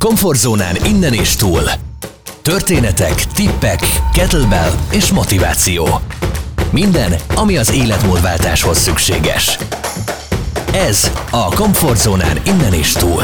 Komfortzónán innen és túl. Történetek, tippek, kettlebell és motiváció. Minden, ami az életmódváltáshoz szükséges. Ez a Komfortzónán innen és túl.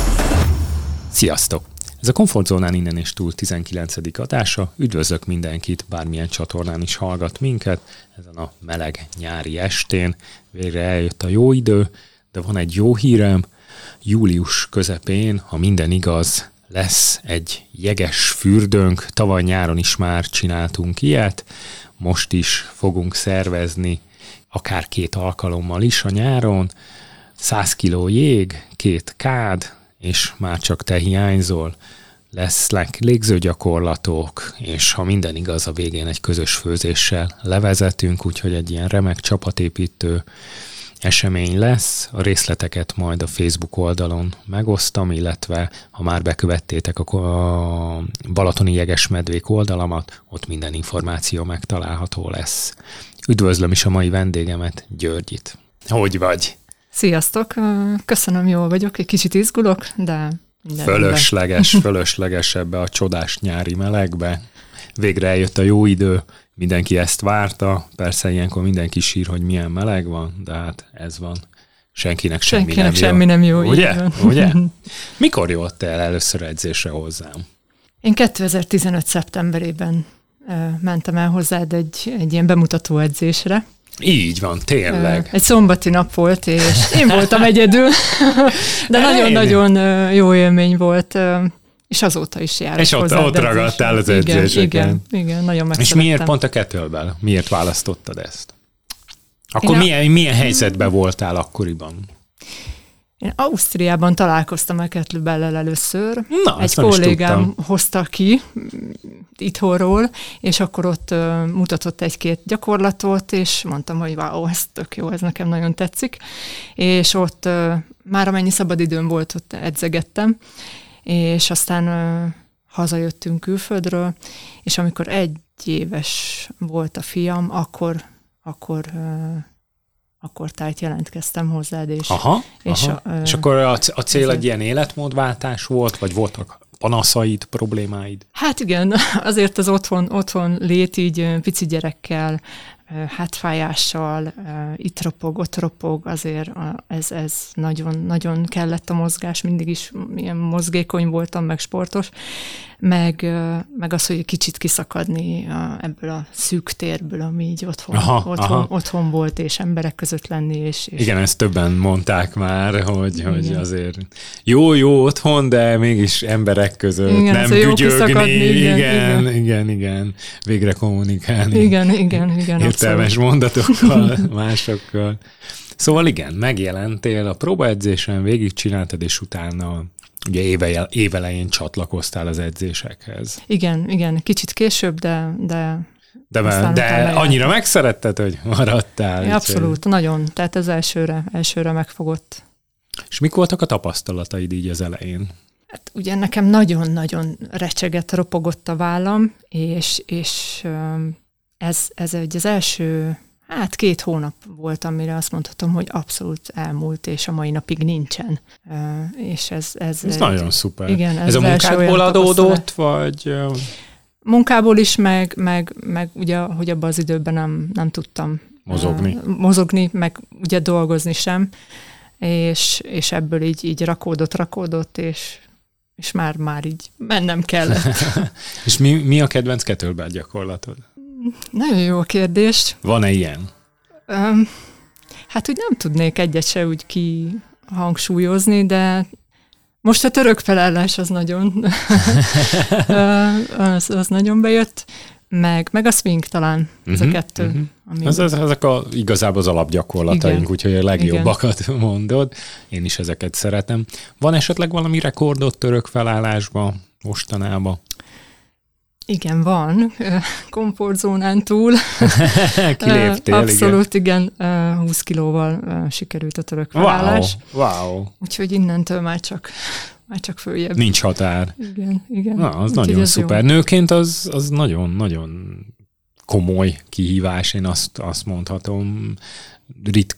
Sziasztok! Ez a Komfortzónán innen és túl 19. adása. Üdvözlök mindenkit, bármilyen csatornán is hallgat minket. Ezen a meleg nyári estén végre eljött a jó idő, de van egy jó hírem. Július közepén, ha minden igaz, lesz egy jeges fürdőnk. Tavaly nyáron is már csináltunk ilyet. Most is fogunk szervezni akár 2 alkalommal is a nyáron. 100 kg jég, 2 kád, és már csak te hiányzol. Lesznek légzőgyakorlatok, és ha minden igaz, a végén egy közös főzéssel levezetünk, úgyhogy egy ilyen remek csapatépítő esemény lesz. A részleteket majd a Facebook oldalon megosztam, illetve ha már bekövettétek a Balatoni Jegesmedvék oldalamat, ott minden információ megtalálható lesz. Üdvözlöm is a mai vendégemet, Györgyit. Hogy vagy? Sziasztok! Köszönöm, jól vagyok. Egy kicsit izgulok, de Fölösleges ebbe a csodás nyári melegbe. Végre eljött a jó idő, mindenki ezt várta. Persze ilyenkor mindenki sír, hogy milyen meleg van, de hát ez van. Senkinek semmi nem jó. Ugye? Mikor jött el először edzésre hozzám? Én 2015. szeptemberében mentem el hozzád egy ilyen bemutató edzésre. Így van, tényleg. Egy szombati nap volt, és én voltam egyedül, de nagyon-nagyon jó élmény volt, és azóta is járok és hozzá. És ott ragadtál az edzéseken. Igen, nagyon megszerettem. És miért pont a kettlebell? Miért választottad ezt? Akkor milyen helyzetben voltál akkoriban? Én Ausztriában találkoztam a kettlebell-lel először. Egy kollégám hozta ki itthonról, és akkor ott mutatott 1-2 gyakorlatot, és mondtam, hogy wow, ez tök jó, ez nekem nagyon tetszik. És ott már amennyi szabadidőm volt, ott edzegettem, és aztán hazajöttünk külföldről, és amikor 1 éves volt a fiam, akkor tájt jelentkeztem hozzád, és... És akkor a cél egy ilyen életmódváltás volt, vagy voltak panaszaid, problémáid? Hát igen, azért az otthon lét így pici gyerekkel, hátfájással, itt ropog, ott ropog, azért ez nagyon, nagyon kellett a mozgás, mindig is ilyen mozgékony voltam, meg sportos, meg az, hogy kicsit kiszakadni ebből a szűk térből, ami így otthon volt, és emberek között lenni. És igen, ezt többen mondták már, hogy azért jó otthon, de mégis emberek között igen, nem bügyögni. Igen. Végre kommunikálni. Igen. Értelmes mondatokkal, másokkal. Szóval igen, megjelentél a próbaedzésen, végigcsináltad, és utána ugye évelején csatlakoztál az edzésekhez. Igen, kicsit később, de annyira megszeretted, hogy maradtál. Ja, abszolút, nagyon. Tehát ez elsőre megfogott. És mik voltak a tapasztalataid így az elején? Hát ugye nekem nagyon-nagyon recsegett, ropogott a vállam, és ez az első 2 hónap volt, amire azt mondhatom, hogy abszolút elmúlt, és a mai napig nincsen. És ez nagyon szuper. Igen, ez a munkádból adódott, vagy? Munkából is, meg ugye, hogy abban az időben nem tudtam mozogni, meg ugye dolgozni sem, és ebből így rakódott, és már így mennem kellett. És mi a kedvenc kettlebell gyakorlatod? Nagyon jó a kérdés. Van-e ilyen? Hát úgy nem tudnék egyet se úgy kihangsúlyozni, de most a török felállás az nagyon az nagyon bejött, meg a swing talán, ez a 2. Ezek igazából az alapgyakorlataink, úgyhogy a legjobbakat mondod. Én is ezeket szeretem. Van esetleg valami rekordot török felállásban mostanában? Igen, van. Komfortzónán túl. Kiléptél, abszolút, igen. 20 kilóval sikerült a török felállás. Wow. Úgyhogy innentől már csak följebb. Nincs határ. Igen. Na, az úgyhogy nagyon szuper. Jó. Nőként az nagyon komoly kihívás, én azt mondhatom, ritka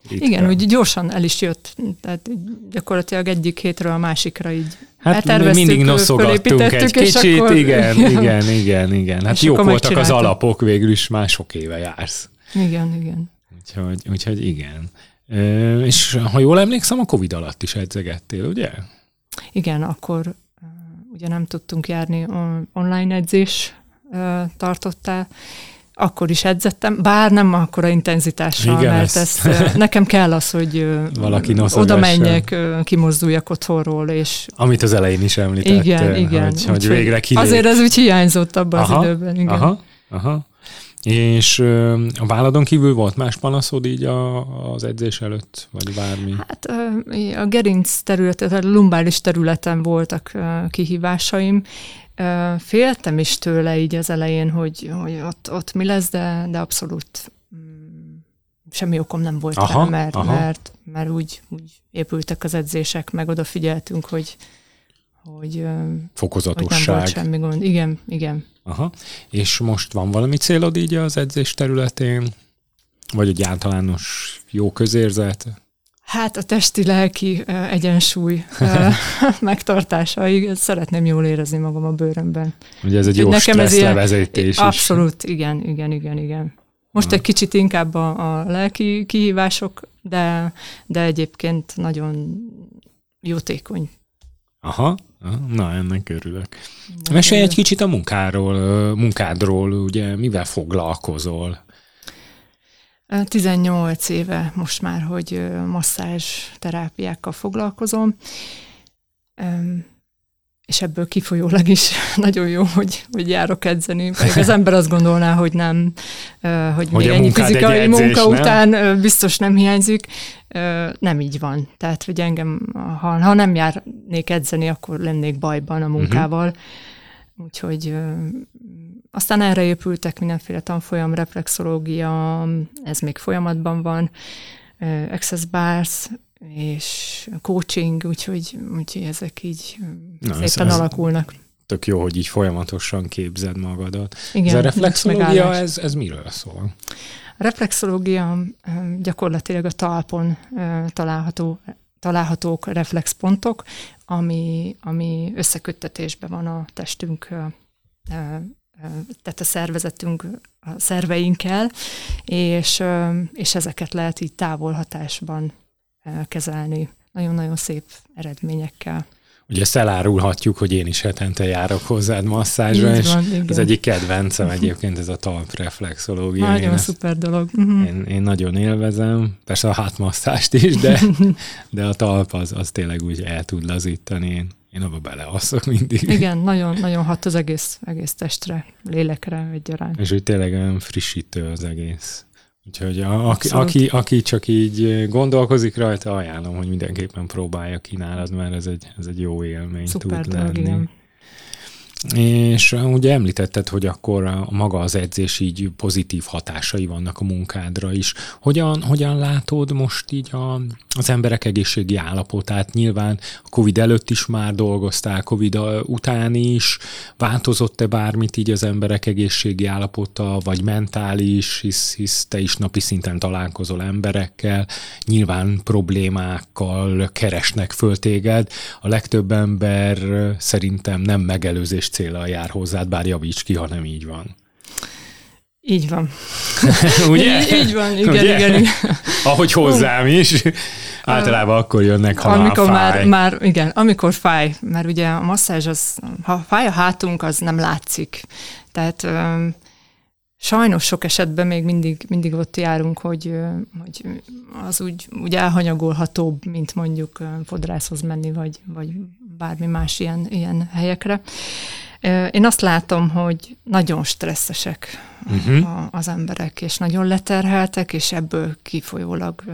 ritka. Igen, úgy gyorsan el is jött, tehát gyakorlatilag egyik hétről a másikra így hát mindig noszogattunk egy kicsit, akkor, igen. Hát jók voltak az alapok, végül is már sok éve jársz. Igen. Úgyhogy igen. És ha jól emlékszem, a Covid alatt is edzegettél, ugye? Igen, akkor ugye nem tudtunk járni, online edzés tartottál, akkor is edzettem, bár nem akkora intenzitással, igen, mert ezt nekem kell az, hogy valaki oda menjek, kimozduljak otthonról, és... Amit az elején is említettél, igen. Hogy végre kilép. Azért ez úgy hiányzott abban az időben, igen. Aha. És a válladon kívül volt más panaszod így az edzés előtt, vagy bármi? Hát a gerinc területen, a lumbális területen voltak kihívásaim. Féltem is tőle így az elején, hogy ott mi lesz, de abszolút semmi okom nem volt rá, mert úgy épültek az edzések, meg odafigyeltünk, hogy fokozatosság. Nem volt semmi gond. Igen. Aha. És most van valami célod így az edzés területén? Vagy egy általános jó közérzet? Hát a testi-lelki egyensúly megtartása. Szeretném jól érezni magam a bőrömben. Ugye ez egy jó stresszlevezetés is. Abszolút, igen. Most egy kicsit inkább a lelki kihívások, de egyébként nagyon jótékony. Aha, na ennek örülök. Mesélj egy kicsit a munkádról, ugye mivel foglalkozol? 18 éve most már, hogy masszázs terápiákkal foglalkozom, és ebből kifolyólag is nagyon jó, hogy járok edzeni. Pedig az ember azt gondolná, hogy nem, hogy még ennyi fizikai munka után biztos nem hiányzik. Nem így van. Tehát, hogy engem, ha nem járnék edzeni, akkor lennék bajban a munkával. Úgyhogy aztán erre épültek mindenféle tanfolyam, reflexológia, ez még folyamatban van, access bars, és coaching, úgyhogy ezek így szépen alakulnak. Tök jó, hogy így folyamatosan képzed magadat. Igen, ez a reflexológia, ez miről szól? A reflexológia gyakorlatilag a talpon találhatók reflexpontok, ami összeköttetésben van a testünk, tehát a szervezetünk, a szerveinkkel, és ezeket lehet így távolhatásban kezelni. Nagyon-nagyon szép eredményekkel. Ugye ezt elárulhatjuk, hogy én is hetente járok hozzád masszázsra, és az egyik kedvencem egyébként ez a talpreflexológia. Nagyon szuper dolog. Én nagyon élvezem, persze a hátmasszást is, de a talp az tényleg úgy el tud lazítani. Én abba beleasszok mindig. Igen, nagyon, nagyon hat az egész testre, lélekre egyaránt. És úgy tényleg olyan frissítő az egész. Úgyhogy aki csak így gondolkozik rajta, ajánlom, hogy mindenképpen próbálja ki nálad, mert ez egy jó élmény szuper tud lenni. Igen. És ugye említetted, hogy akkor maga az edzés így pozitív hatásai vannak a munkádra is. Hogyan látod most így az emberek egészségi állapotát? Nyilván a Covid előtt is már dolgoztál, Covid után is. Változott-e bármit így az emberek egészségi állapota, vagy mentális, hisz te is napi szinten találkozol emberekkel, nyilván problémákkal keresnek föl téged. A legtöbb ember szerintem nem megelőzés céllal jár hozzád, bár javíts ki, ha nem így van. Így van. Ugye? Így van, igen. Ahogy hozzám is. Általában akkor jönnek, ha amikor fáj. Amikor fáj, mert ugye a masszázs, ha fáj a hátunk, az nem látszik. Tehát sajnos sok esetben még mindig ott járunk, hogy az úgy elhanyagolhatóbb, mint mondjuk fodrászhoz menni, vagy bármi más ilyen helyekre. Én azt látom, hogy nagyon stresszesek az emberek, és nagyon leterheltek, és ebből kifolyólag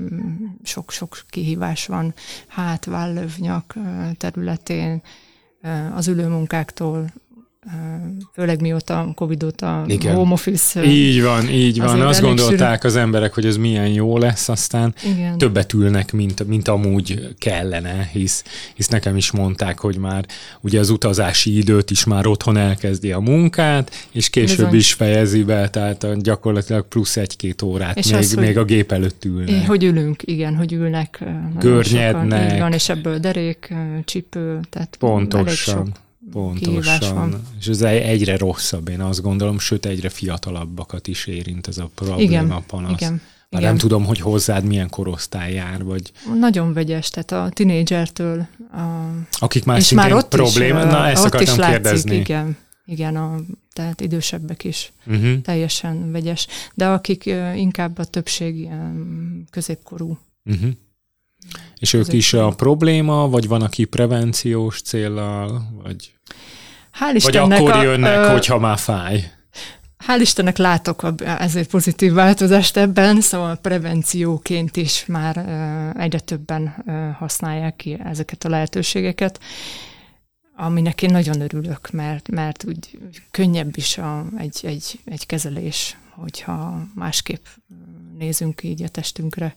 sok kihívás van váll-lövnyak területén, az ülőmunkáktól főleg mióta Covid óta home office. Így van. Azt gondolták az emberek, hogy ez milyen jó lesz, aztán igen. Többet ülnek, mint amúgy kellene, hisz nekem is mondták, hogy már ugye az utazási időt is már otthon elkezdi a munkát, és később bizony. Is fejezi be, tehát gyakorlatilag plusz 1-2 órát még a gép előtt ülnek. Hogy ülünk, igen, hogy ülnek. Görnyednek. Így van, és ebből derék, csípő, tehát pontosan. És ez egyre rosszabb, én azt gondolom, sőt egyre fiatalabbakat is érint ez a probléma, panasz. Igen. Már nem tudom, hogy hozzád milyen korosztály jár, vagy... Nagyon vegyes, tehát a tinédzsertől... Akik már szintén probléma, na ezt akartam kérdezni. Igen, tehát idősebbek is teljesen vegyes, de akik inkább a többség középkorú. És ők is a probléma, vagy van, aki prevenciós céllal, vagy akkor jönnek, hogyha már fáj? Hál' Istennek látok ezért pozitív változást ebben, szóval prevencióként is már egyre többen használják ki ezeket a lehetőségeket, aminek én nagyon örülök, mert úgy könnyebb is egy kezelés, hogyha másképp nézünk így a testünkre.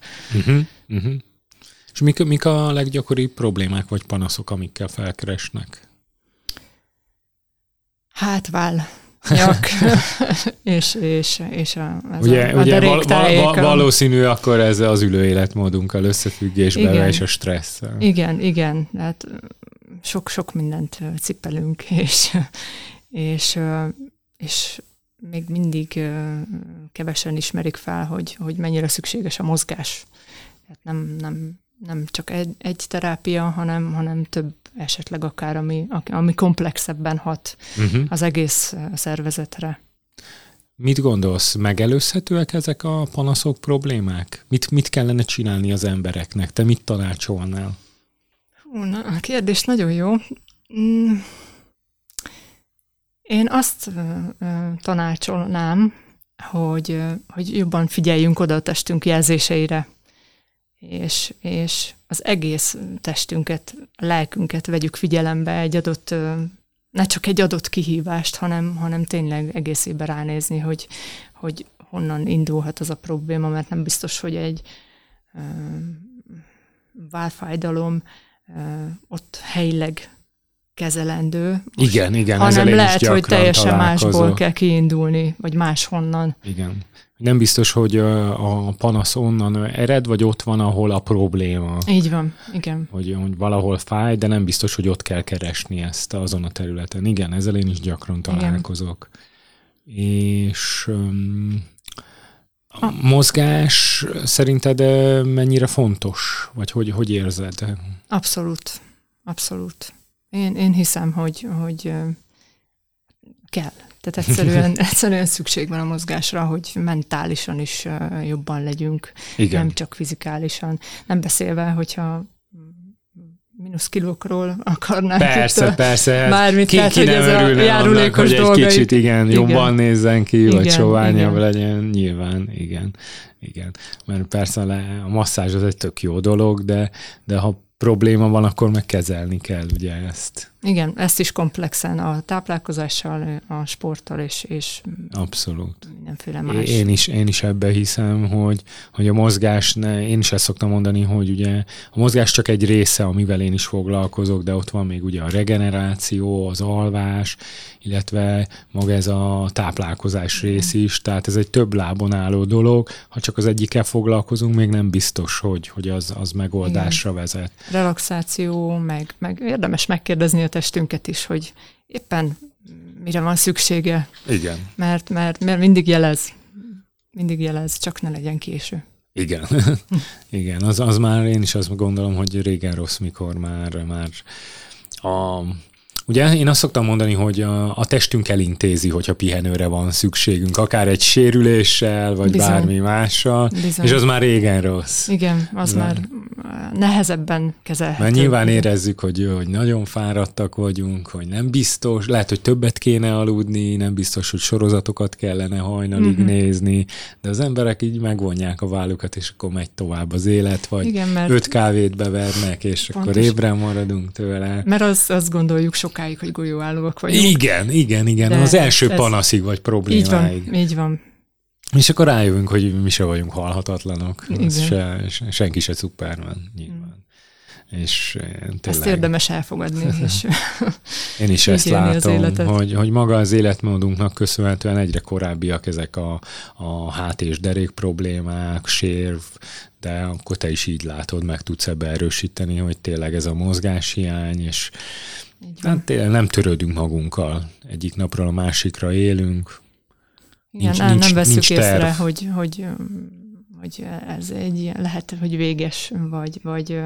És mik a leggyakoribb problémák vagy panaszok, amikkel felkeresnek? Hátvál, nyak, és a deréktájék. Valószínű akkor ez az ülő életmódunkkal összefüggésben és a stresszel. Igen. Hát sok mindent cipelünk, és még mindig kevesen ismerik fel, hogy mennyire szükséges a mozgás. Tehát nem csak egy terápia, hanem több esetleg akár, ami komplexebben hat az egész szervezetre. Mit gondolsz, megelőzhetőek ezek a panaszok, problémák? Mit kellene csinálni az embereknek? Te mit tanácsolnál? A kérdés nagyon jó. Én azt tanácsolnám, hogy jobban figyeljünk oda a testünk jelzéseire, és az egész testünket, a lelkünket vegyük figyelembe egy adott, ne csak egy adott kihívást, hanem tényleg egészében ránézni, hogy honnan indulhat az a probléma, mert nem biztos, hogy egy vállfájdalom ott helyileg kezelendő. Igen, hanem lehet, hogy teljesen másból kell kiindulni, vagy máshonnan. Igen. Nem biztos, hogy a panasz onnan ered, vagy ott van, ahol a probléma. Így van, igen. Hogy valahol fáj, de nem biztos, hogy ott kell keresni ezt azon a területen. Igen, ezzel én is gyakran találkozok. Igen. És a mozgás szerinted mennyire fontos? Vagy hogy érzed? Abszolút. Én hiszem, hogy kell. Tehát egyszerűen szükség van a mozgásra, hogy mentálisan is jobban legyünk, igen. Nem csak fizikálisan. Nem beszélve, hogyha mínusz kilókról akarnánk. Persze. Bármit, ki nem örülne annak, hogy egy kicsit jobban nézzen ki, vagy soványabb legyen. Nyilván, igen. Mert persze a masszázs az egy tök jó dolog, de ha probléma van, akkor meg kezelni kell ugye ezt. Igen, ezt is komplexen a táplálkozással, a sporttal és abszolút. Mindenféle más. Én is ebbe hiszem, hogy a mozgás, én is ezt szoktam mondani, hogy ugye a mozgás csak egy része, amivel én is foglalkozok, de ott van még ugye a regeneráció, az alvás, illetve maga ez a táplálkozás rész is, tehát ez egy több lábon álló dolog, ha csak az egyikkel foglalkozunk, még nem biztos, hogy az megoldásra vezet. Relaxáció, meg érdemes megkérdezni a testünket is, hogy éppen mire van szüksége. Igen. Mert mindig jelez, csak ne legyen késő. Igen. Igen, az már én is azt gondolom, hogy régen rossz, mikor már ugye én azt szoktam mondani, hogy a testünk elintézi, hogyha pihenőre van szükségünk, akár egy sérüléssel, vagy bizony, bármi mással, bizony. És az már régen rossz. Igen, az már nehezebben kezelhető. Mert nyilván érezzük, hogy nagyon fáradtak vagyunk, hogy nem biztos, lehet, hogy többet kéne aludni, nem biztos, hogy sorozatokat kellene hajnalig nézni, de az emberek így megvonják a vállukat, és akkor megy tovább az élet, vagy igen, 5 kávét bevernek, és pontos. Akkor ébren maradunk tőle. Mert azt gondoljuk sok sokáig, hogy golyóállóak vagyunk. Igen. Az első panaszig vagy problémáig. Így van. És akkor rájövünk, hogy mi se vagyunk halhatatlanok. Senki se Superman, nyilván. És tényleg... Ezt érdemes elfogadni. És én is ezt látom, hogy maga az életmódunknak köszönhetően egyre korábbiak ezek a hát- és derék problémák, sérv, de akkor te is így látod, meg tudsz ebbe erősíteni, hogy tényleg ez a mozgáshiány, és hát tényleg nem törődünk magunkkal. Egyik napról a másikra élünk. Igen, nem veszük észre, hogy ez egy lehet, hogy véges, vagy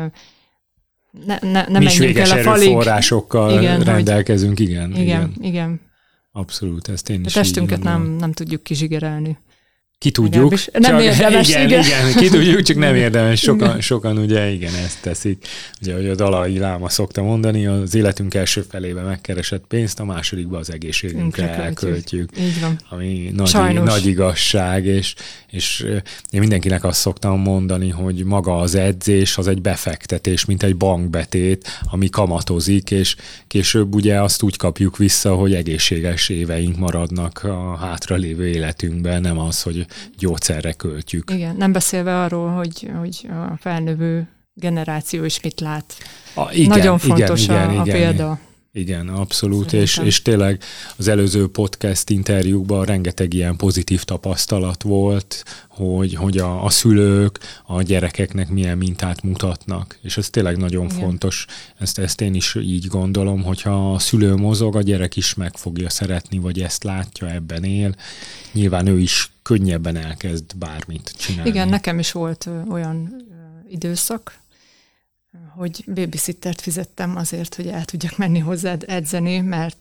ne menjünk el a falig. Erőforrásokkal rendelkezünk, igen. Abszolút, ezt én is. A testünket nem tudjuk kizsigerelni. Ki tudjuk. Nem érdemes, igen. Ki tudjuk, csak nem érdemes. Sokan ugye ezt teszik. Ugye, hogy a Dalai Láma szokta mondani, az életünk első felébe megkeresett pénzt, a másodikba az egészségünkre elköltjük. Így van. Ami nagy igazság, és én mindenkinek azt szoktam mondani, hogy maga az edzés az egy befektetés, mint egy bankbetét, ami kamatozik, és később ugye azt úgy kapjuk vissza, hogy egészséges éveink maradnak a hátralévő életünkben, nem az, hogy gyógyszerre költjük. Igen, nem beszélve arról, hogy a felnövő generáció is mit lát. Nagyon fontos a példa. Igen, abszolút, és tényleg az előző podcast interjúkban rengeteg ilyen pozitív tapasztalat volt, hogy a szülők a gyerekeknek milyen mintát mutatnak, és ez tényleg nagyon fontos. Ezt én is így gondolom, hogyha a szülő mozog, a gyerek is meg fogja szeretni, vagy ezt látja, ebben él. Nyilván ő is könnyebben elkezd bármit csinálni. Igen, nekem is volt olyan időszak, hogy babysittert fizettem azért, hogy el tudjak menni hozzád edzeni,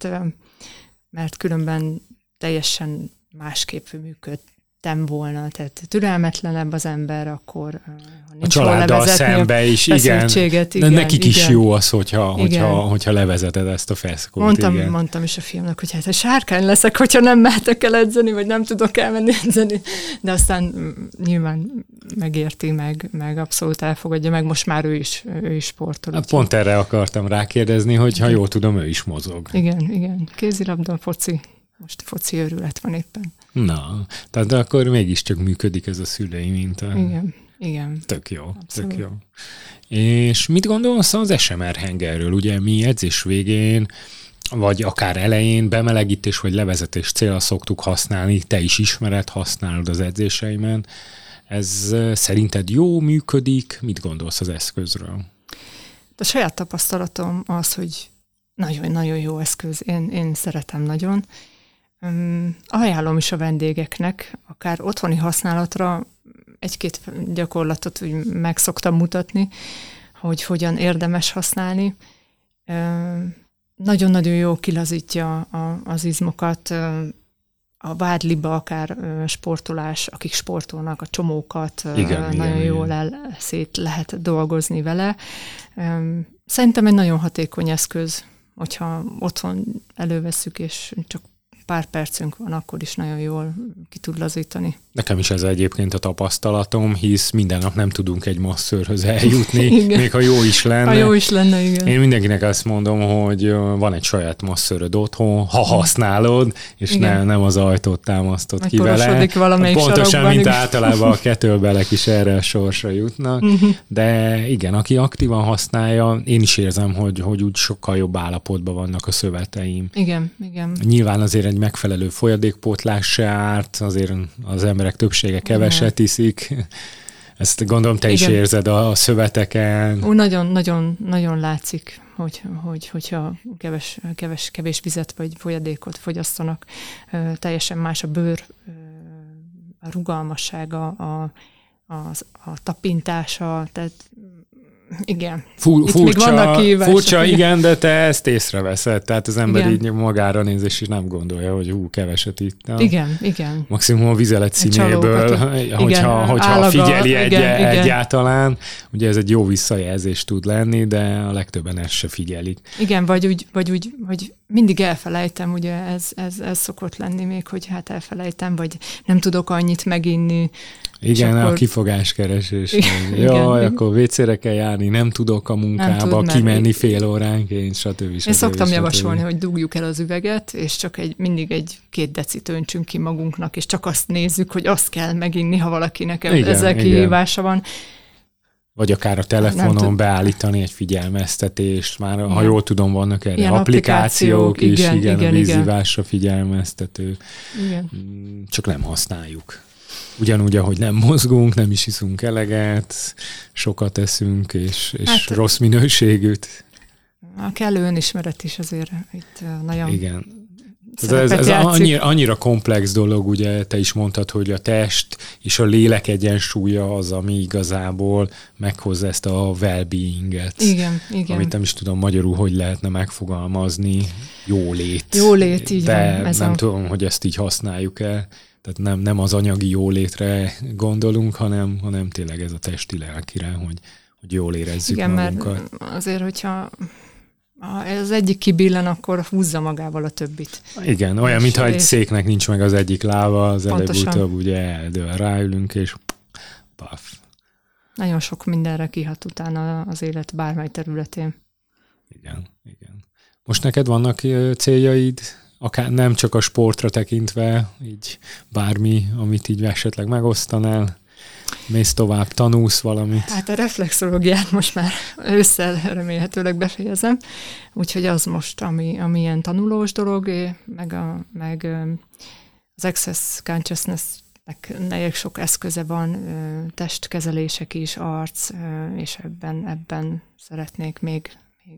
mert különben teljesen másképp működtem volna. Tehát türelmetlenebb az ember, akkor a családdal szembe is, igen. Nekik is jó az, hogyha levezeted ezt a feszkót. Mondtam is a fiamnak, hogy hát sárkány leszek, hogyha nem mehetek el edzeni, vagy nem tudok elmenni edzeni. De aztán nyilván megérti, meg abszolút elfogadja, meg most már ő is sportol. Hát pont erre akartam rákérdezni, hogy ha jól tudom, ő is mozog. Igen. Kézilabda, foci. Most foci őrület van éppen. Na, tehát akkor mégiscsak működik ez a szülei minta. Igen. Tök jó. És mit gondolsz az SMR hengerről? Ugye mi edzés végén, vagy akár elején bemelegítés vagy levezetés célra szoktuk használni, te is ismered, használod az edzéseimen. Ez szerinted jó, működik? Mit gondolsz az eszközről? A saját tapasztalatom az, hogy nagyon-nagyon jó eszköz. Én szeretem nagyon. Ajánlom is a vendégeknek, akár otthoni használatra egy-két gyakorlatot meg szoktam mutatni, hogy hogyan érdemes használni. Nagyon-nagyon jó kilazítja az izmokat, a vádliba akár sportolás, akik sportolnak, a csomókat nagyon jól szét lehet dolgozni vele. Szerintem egy nagyon hatékony eszköz, hogyha otthon elővesszük, és csak pár percünk van, akkor is nagyon jól ki tud lazítani. Nekem is ez egyébként a tapasztalatom, hisz minden nap nem tudunk egy masszörhöz eljutni, még ha jó is lenne. Ha jó is lenne, igen. Én mindenkinek azt mondom, hogy van egy saját masszöröd otthon, ha használod, és nem az ajtót támasztod ki vele. Pontosan, sarokban, mint általában a kettlebellek is erre a sorsra jutnak. De igen, aki aktívan használja, én is érzem, hogy úgy sokkal jobb állapotban vannak a szöveteim. Igen. Nyilván azért egy megfelelő folyadékpótlás se árt, azért az emberek többsége keveset iszik. Ezt gondolom te is érzed a szöveteken. Nagyon látszik, hogyha kevés vizet vagy folyadékot fogyasztanak. Teljesen más a bőr, a rugalmassága, a tapintása, tehát igen. Furcsa, igen, de te ezt észreveszed. Tehát az ember így magára néz, és nem gondolja, hogy keveset ittam. Igen. Maximum a vizelet színéből, hogyha figyeli egyáltalán. Ugye ez egy jó visszajelzés tud lenni, de a legtöbben ezt se figyelik. Igen, vagy úgy, hogy mindig elfelejtem, ugye ez szokott lenni még, hogy hát elfelejtem, vagy nem tudok annyit meginni. Igen, akkor... a kifogáskeresés. Jaj, akkor WC-re kell járni, nem tudok a munkába kimenni fél óránként, stb. Én szoktam javasolni, hogy dugjuk el az üveget, és csak mindig 2 decit öntsünk ki magunknak, és csak azt nézzük, hogy azt kell meginni, ha valakinek ezzel kihívása van. Vagy akár a telefonon beállítani egy figyelmeztetést, már ha jól tudom, vannak erre ilyen applikációk is, igen, a vízivásra figyelmeztető. Igen. Csak nem használjuk. Ugyanúgy, ahogy nem mozgunk, nem is iszunk eleget, sokat eszünk, és rossz minőségűt. A kellő önismeret is azért itt nagyon... Igen. Ez annyira komplex dolog, ugye te is mondtad, hogy a test és a lélek egyensúlya az, ami igazából meghozza ezt a well-beinget. Igen. Amit nem is tudom magyarul, hogy lehetne megfogalmazni. Jólét. Jólét, így de van. Nem tudom, hogy ezt így használjuk el. Tehát nem az anyagi jólétre gondolunk, hanem tényleg ez a testi-lelkire, hogy jól érezzük magunkat. Igen, mert azért, hogyha ez egyik kibillen, akkor húzza magával a többit. Igen, olyan, mintha egy széknek nincs meg az egyik lába, az előbb-utóbb ugye eldől, ráülünk, és paf. Nagyon sok mindenre kihat utána az élet bármely területén. Igen. Most neked vannak céljaid, akár nem csak a sportra tekintve, így bármi, amit így esetleg megosztanál? Mész tovább, tanulsz valamit? Hát a reflexológiát most már ősszel remélhetőleg befejezem, úgyhogy az most, ami ilyen tanulós dolog, meg az Access Consciousness-nek nagyon sok eszköze van, testkezelések is, arc, és ebben szeretnék még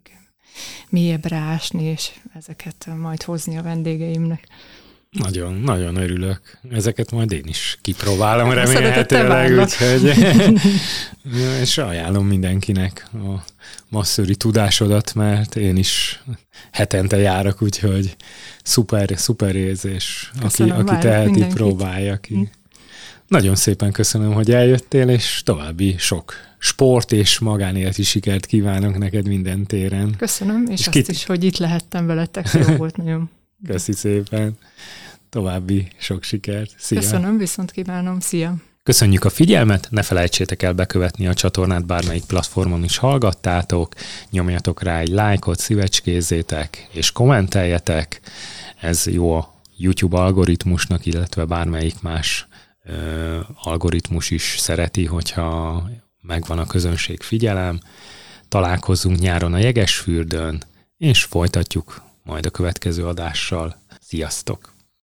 mélyebbre ásni, és ezeket majd hozni a vendégeimnek. Nagyon, nagyon örülök. Ezeket majd én is kipróbálom remélhetőleg, úgyhogy és ajánlom mindenkinek a masszőri tudásodat, mert én is hetente járok, úgyhogy szuper érzés. Aki teheti, mindenkit. Próbálja ki. Nagyon szépen köszönöm, hogy eljöttél, és további sok sport és magánéleti sikert kívánok neked minden téren. Köszönöm, és azt is, hogy itt lehettem veletek, jó volt nagyon. Köszi szépen. További sok sikert. Szia! Köszönöm, viszont kívánom. Szia! Köszönjük a figyelmet, ne felejtsétek el bekövetni a csatornát, bármelyik platformon is hallgattátok, nyomjatok rá egy lájkot, szívecskézzétek és kommenteljetek. Ez jó a YouTube algoritmusnak, illetve bármelyik más algoritmus is szereti, hogyha megvan a közönség figyelem. Találkozzunk nyáron a Jegesfürdőn, és folytatjuk majd a következő adással. Sziasztok!